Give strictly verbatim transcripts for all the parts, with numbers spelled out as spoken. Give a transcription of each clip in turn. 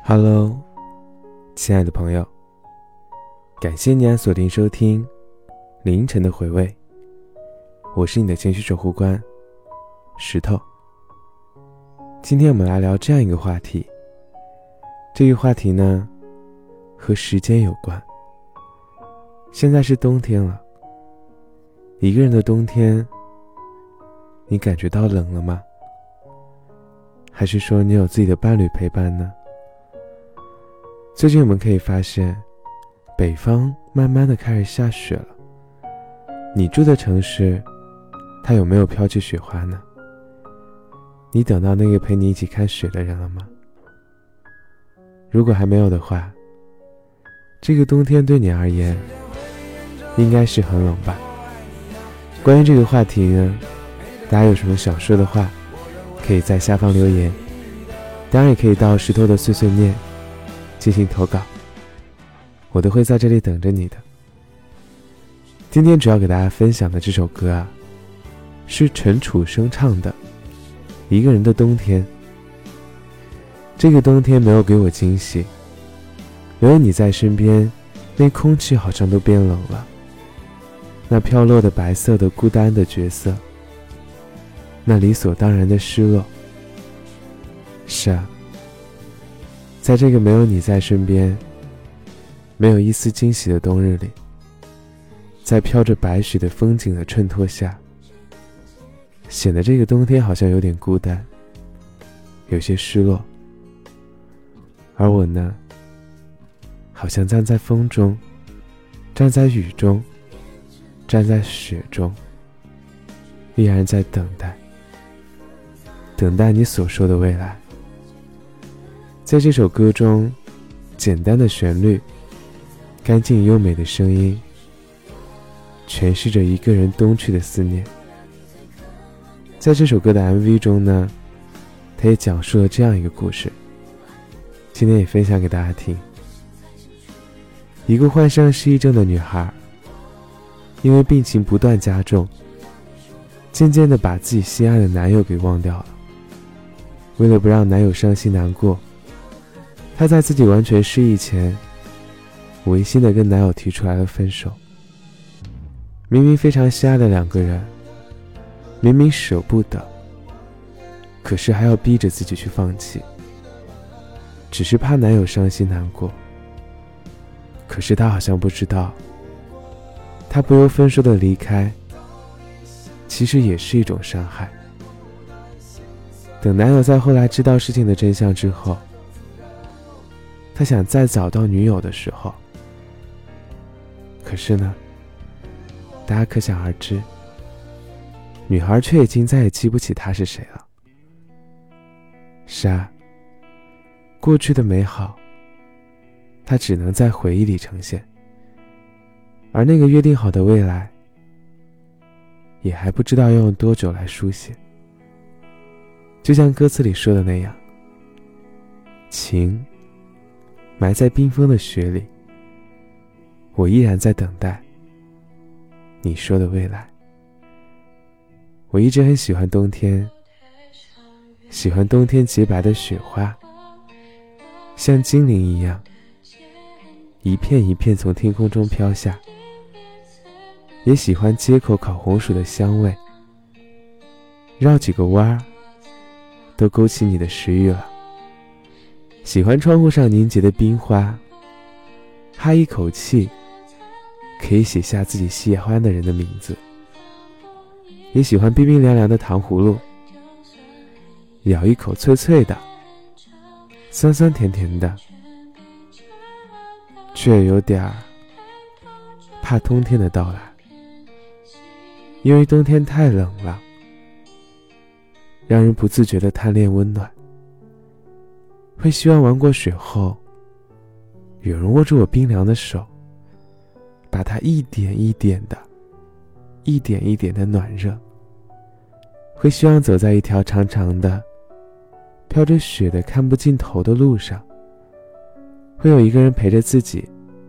Hello， 亲爱的朋友，感谢你按锁定收听凌晨的回味，我是你的情绪守护官石头。今天我们来聊这样一个话题，这个话题呢和时间有关。现在是冬天了，一个人的冬天，你感觉到冷了吗？还是说你有自己的伴侣陪伴呢？最近我们可以发现，北方慢慢的开始下雪了。你住的城市，它有没有飘起雪花呢？你等到那个陪你一起看雪的人了吗？如果还没有的话，这个冬天对你而言，应该是很冷吧。关于这个话题呢，大家有什么想说的话，可以在下方留言，当然也可以到石头的碎碎念进行投稿，我都会在这里等着你的。今天主要给大家分享的这首歌啊，是陈楚生唱的《一个人的冬天》。这个冬天没有给我惊喜，没有你在身边，那空气好像都变冷了，那飘落的白色的孤单的角色，那理所当然的失落。是啊，在这个没有你在身边，没有一丝惊喜的冬日里，在飘着白雪的风景的衬托下，显得这个冬天好像有点孤单，有些失落。而我呢，好像站在风中，站在雨中，站在雪中，依然在等待，等待你所说的未来。在这首歌中，简单的旋律，干净优美的声音，诠释着一个人冬去的思念。在这首歌的 M V 中呢，它也讲述了这样一个故事，今天也分享给大家听。一个患上失忆症的女孩，因为病情不断加重，渐渐地把自己心爱的男友给忘掉了。为了不让男友伤心难过，她在自己完全失忆前，违心地跟男友提出来了分手。明明非常相爱的两个人，明明舍不得，可是还要逼着自己去放弃，只是怕男友伤心难过。可是她好像不知道，她不由分说的离开，其实也是一种伤害。等男友在后来知道事情的真相之后，他想再找到女友的时候，可是呢，大家可想而知，女孩却已经再也记不起他是谁了。是啊，过去的美好，它只能在回忆里呈现，而那个约定好的未来，也还不知道要用多久来书写。就像歌词里说的那样，情埋在冰封的雪里，我依然在等待你说的未来。我一直很喜欢冬天，喜欢冬天洁白的雪花，像精灵一样，一片一片从天空中飘下。也喜欢街口烤红薯的香味，绕几个弯儿，都勾起你的食欲了。喜欢窗户上凝结的冰花，哈一口气可以写下自己喜欢的人的名字。也喜欢冰冰凉凉的糖葫芦，咬一口脆脆的，酸酸甜甜的，却有点怕冬天的到来，因为冬天太冷了，让人不自觉地贪恋温暖。会希望玩过雪后，有人握住我冰凉的手，把它一点一点的一点一点的暖热。会希望走在一条长长的飘着雪的看不尽头的路上，会有一个人陪着自己，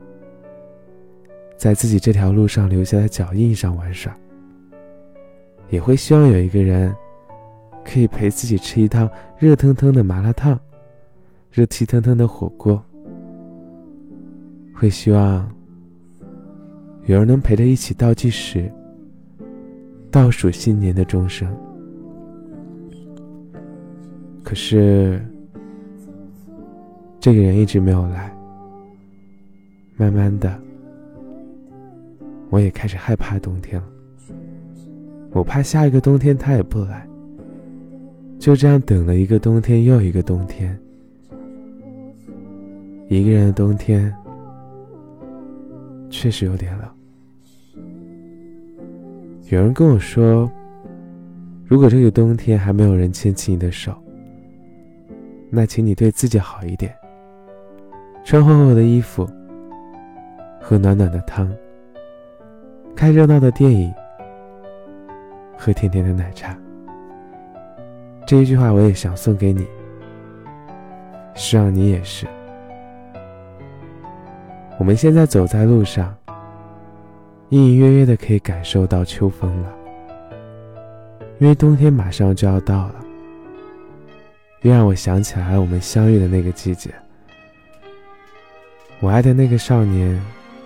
在自己这条路上留下的脚印上玩耍。也会希望有一个人可以陪自己吃一趟热腾腾的麻辣烫， 热气腾腾的火锅，会希望有人能陪着一起倒计时，倒数新年的钟声。可是这个人一直没有来，慢慢的我也开始害怕冬天了。我怕下一个冬天他也不来，就这样等了一个冬天又一个冬天。一个人的冬天确实有点冷。有人跟我说，如果这个冬天还没有人牵起你的手，那请你对自己好一点，穿厚厚的衣服，喝暖暖的汤，看热闹的电影，喝甜甜的奶茶。这一句话我也想送给你，希望你也是。我们现在走在路上，隐隐约约的可以感受到秋风了，因为冬天马上就要到了。又让我想起来了我们相遇的那个季节，我爱的那个少年，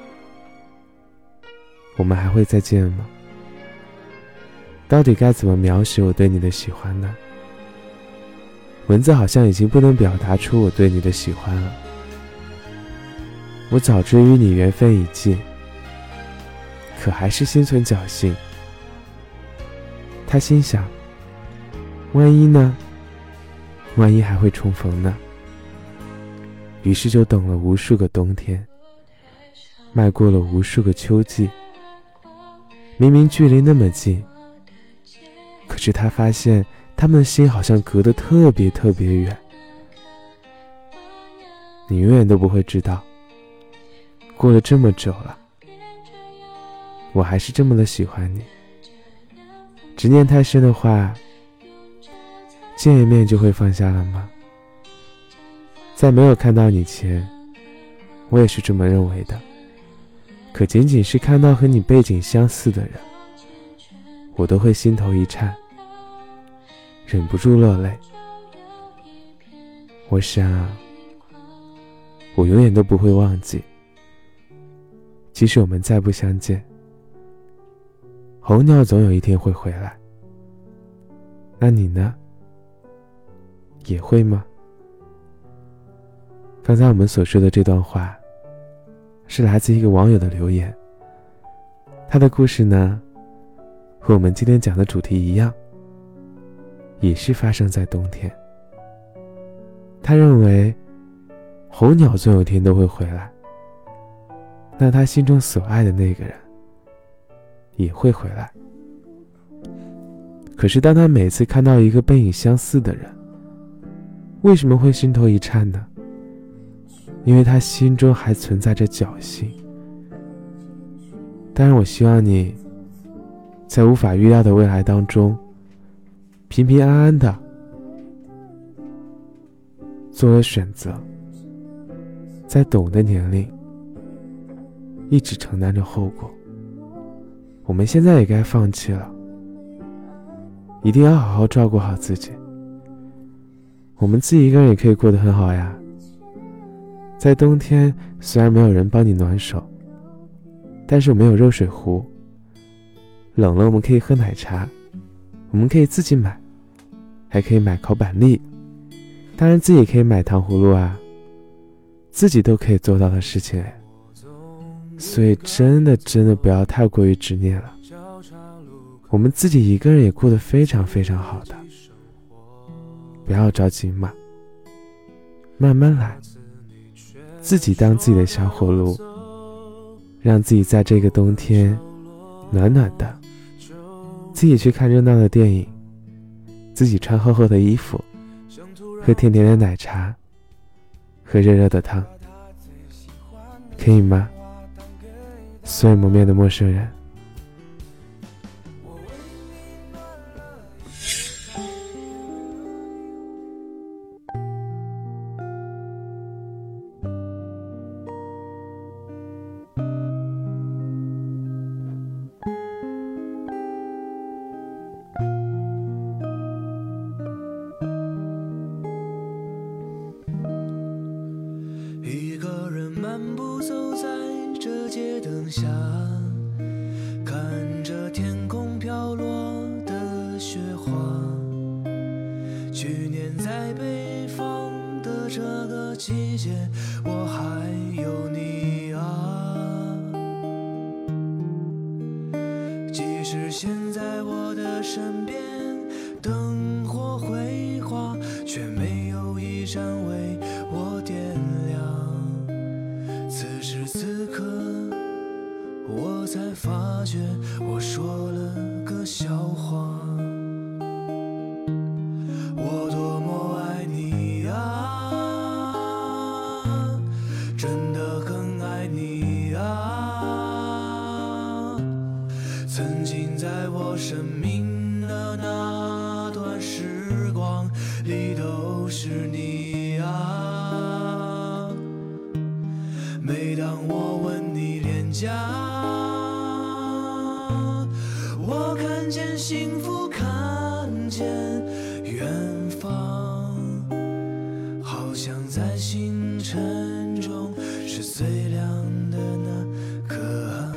我们还会再见吗？到底该怎么描写我对你的喜欢呢？文字好像已经不能表达出我对你的喜欢了。我早知与你缘分已尽，可还是心存侥幸。他心想，万一呢？万一还会重逢呢？于是就等了无数个冬天，迈过了无数个秋季。明明距离那么近，可是他发现他们的心好像隔得特别特别远。你永远都不会知道，过了这么久了，我还是这么的喜欢你。执念太深的话，见一面就会放下了吗？在没有看到你前，我也是这么认为的。可仅仅是看到和你背景相似的人，我都会心头一颤，忍不住落泪。我想，我永远都不会忘记，即使我们再不相见，候鸟总有一天会回来。那你呢？也会吗？刚才我们所说的这段话，是来自一个网友的留言。他的故事呢，和我们今天讲的主题一样，也是发生在冬天。他认为候鸟总有一天都会回来，那他心中所爱的那个人也会回来。可是当他每次看到一个背影相似的人，为什么会心头一颤呢？因为他心中还存在着侥幸。当然我希望你在无法预料的未来当中，平平安安的做了选择，在懂的年龄一直承担着后果。我们现在也该放弃了，一定要好好照顾好自己。我们自己一个人也可以过得很好呀。在冬天，虽然没有人帮你暖手，但是我们有热水壶，冷了我们可以喝奶茶，我们可以自己买，还可以买烤板栗，当然自己可以买糖葫芦啊，自己都可以做到的事情哎。所以真的真的不要太过于执念了，我们自己一个人也过得非常非常好的，不要着急嘛，慢慢来，自己当自己的小火炉，让自己在这个冬天暖暖的，自己去看热闹的电影，自己穿厚厚的衣服，喝甜甜的奶茶，喝热热的汤，可以吗？素未谋面的陌生人。 漫步走在这街灯下，看着天空飘落的雪花。去年在北方的这个季节，我还有你啊。即使现在我的身边灯火辉煌，却没有一盏为我点亮。此时此刻我才发觉我说了个笑话。我多么爱你啊，真的很爱你啊。曾经在我生命的那段时光里都是你啊。每当我吻你脸颊，我看见幸福，看见远方，好像在星辰中是最亮的那颗啊。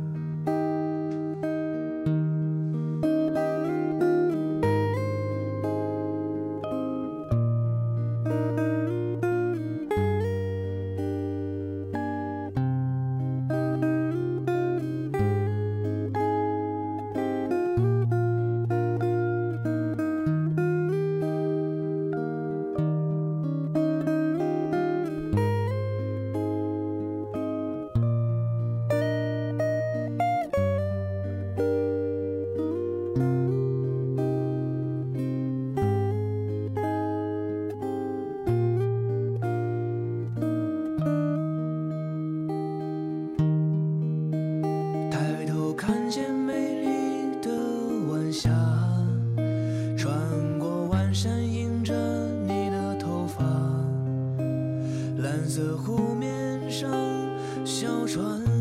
看见美丽的晚霞，穿过晚山映着你的头发，蓝色湖面上小船